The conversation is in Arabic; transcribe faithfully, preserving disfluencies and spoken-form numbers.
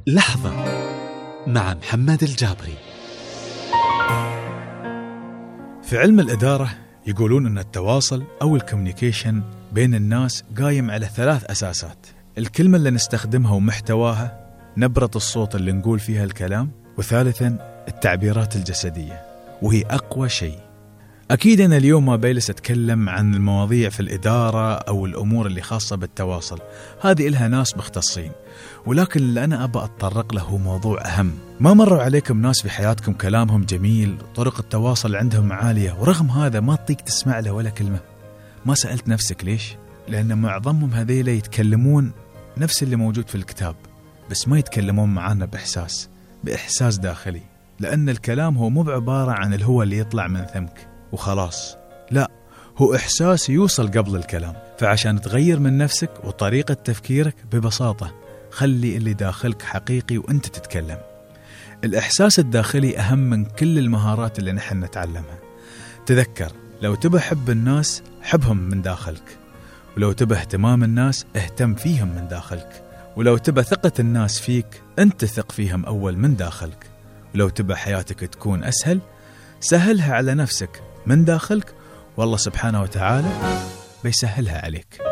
لحظة مع محمد الجابري. في علم الإدارة يقولون أن التواصل أو الكوميونيكيشن بين الناس قايم على ثلاث أساسات: الكلمة اللي نستخدمها ومحتواها، نبرة الصوت اللي نقول فيها الكلام، وثالثا التعبيرات الجسدية، وهي أقوى شيء. أكيد أنا اليوم ما بيلس أتكلم عن المواضيع في الإدارة أو الأمور اللي خاصة بالتواصل، هذه إلها ناس مختصين، ولكن اللي أنا أبى أتطرق له هو موضوع أهم. ما مروا عليكم ناس في حياتكم كلامهم جميل وطرق التواصل عندهم عالية، ورغم هذا ما تطيق تسمع له ولا كلمة؟ ما سألت نفسك ليش؟ لأن معظمهم هذيلا يتكلمون نفس اللي موجود في الكتاب، بس ما يتكلمون معانا بإحساس بإحساس داخلي، لأن الكلام هو مو بعبارة عن الهوى اللي يطلع من فمك وخلاص، لا، هو إحساس يوصل قبل الكلام. فعشان تغير من نفسك وطريقة تفكيرك ببساطة، خلي اللي داخلك حقيقي وانت تتكلم. الإحساس الداخلي أهم من كل المهارات اللي نحن نتعلمها. تذكر، لو تبى حب الناس حبهم من داخلك، ولو تبى اهتمام الناس اهتم فيهم من داخلك، ولو تبى ثقة الناس فيك انت ثق فيهم أول من داخلك، ولو تبى حياتك تكون أسهل سهلها على نفسك من داخلك، والله سبحانه وتعالى بيسهلها عليك.